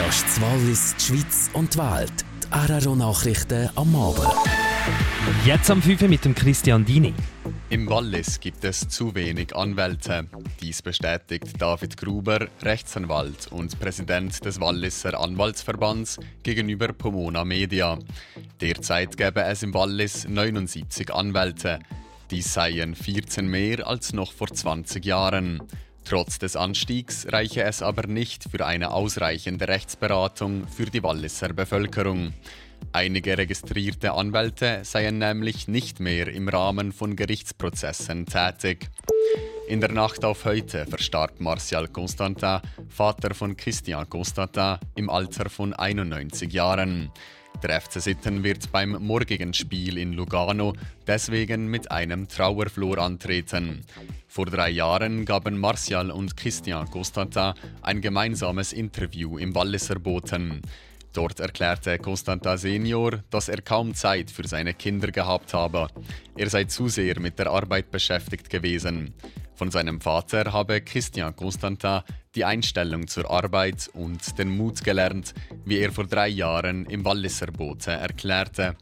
Das ist das Wallis, die Schweiz und die Welt. Die RRO-Nachrichten am Abend. Jetzt am 5 mit dem Christian Dini. Im Wallis gibt es zu wenig Anwälte. Dies bestätigt David Gruber, Rechtsanwalt und Präsident des Walliser Anwaltsverbands, gegenüber Pomona Media. Derzeit gäbe es im Wallis 79 Anwälte. Dies seien 14 mehr als noch vor 20 Jahren. Trotz des Anstiegs reiche es aber nicht für eine ausreichende Rechtsberatung für die Walliser Bevölkerung. Einige registrierte Anwälte seien nämlich nicht mehr im Rahmen von Gerichtsprozessen tätig. In der Nacht auf heute verstarb Martial Constantin, Vater von Christian Constantin, im Alter von 91 Jahren. Der FC Sitten wird beim morgigen Spiel in Lugano deswegen mit einem Trauerflor antreten. Vor 3 Jahren gaben Martial und Christian Constantin ein gemeinsames Interview im Walliser Boten. Dort erklärte Constantin Senior, dass er kaum Zeit für seine Kinder gehabt habe. Er sei zu sehr mit der Arbeit beschäftigt gewesen. Von seinem Vater habe Christian Constantin die Einstellung zur Arbeit und den Mut gelernt, wie er vor 3 Jahren im Walliser Bote erklärte.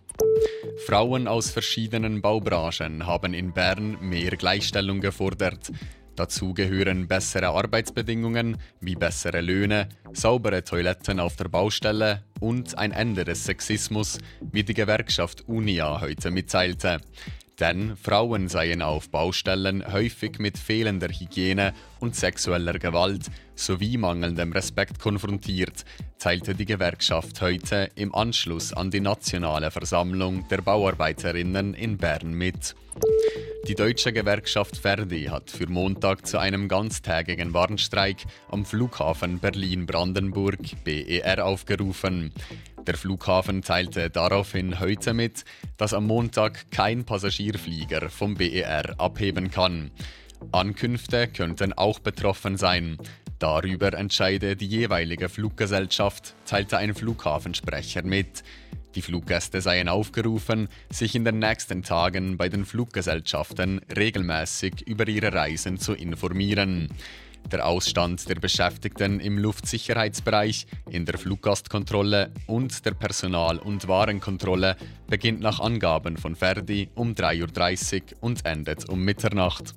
Frauen aus verschiedenen Baubranchen haben in Bern mehr Gleichstellung gefordert. Dazu gehören bessere Arbeitsbedingungen wie bessere Löhne, saubere Toiletten auf der Baustelle und ein Ende des Sexismus, wie die Gewerkschaft Unia heute mitteilte. Denn Frauen seien auf Baustellen häufig mit fehlender Hygiene und sexueller Gewalt sowie mangelndem Respekt konfrontiert, teilte die Gewerkschaft heute im Anschluss an die nationale Versammlung der Bauarbeiterinnen in Bern mit. Die deutsche Gewerkschaft Verdi hat für Montag zu einem ganztägigen Warnstreik am Flughafen Berlin-Brandenburg BER aufgerufen. Der Flughafen teilte daraufhin heute mit, dass am Montag kein Passagierflieger vom BER abheben kann. Ankünfte könnten auch betroffen sein. Darüber entscheide die jeweilige Fluggesellschaft, teilte ein Flughafensprecher mit. Die Fluggäste seien aufgerufen, sich in den nächsten Tagen bei den Fluggesellschaften regelmäßig über ihre Reisen zu informieren. Der Ausstand der Beschäftigten im Luftsicherheitsbereich, in der Fluggastkontrolle und der Personal- und Warenkontrolle beginnt nach Angaben von Verdi um 3:30 Uhr und endet um Mitternacht.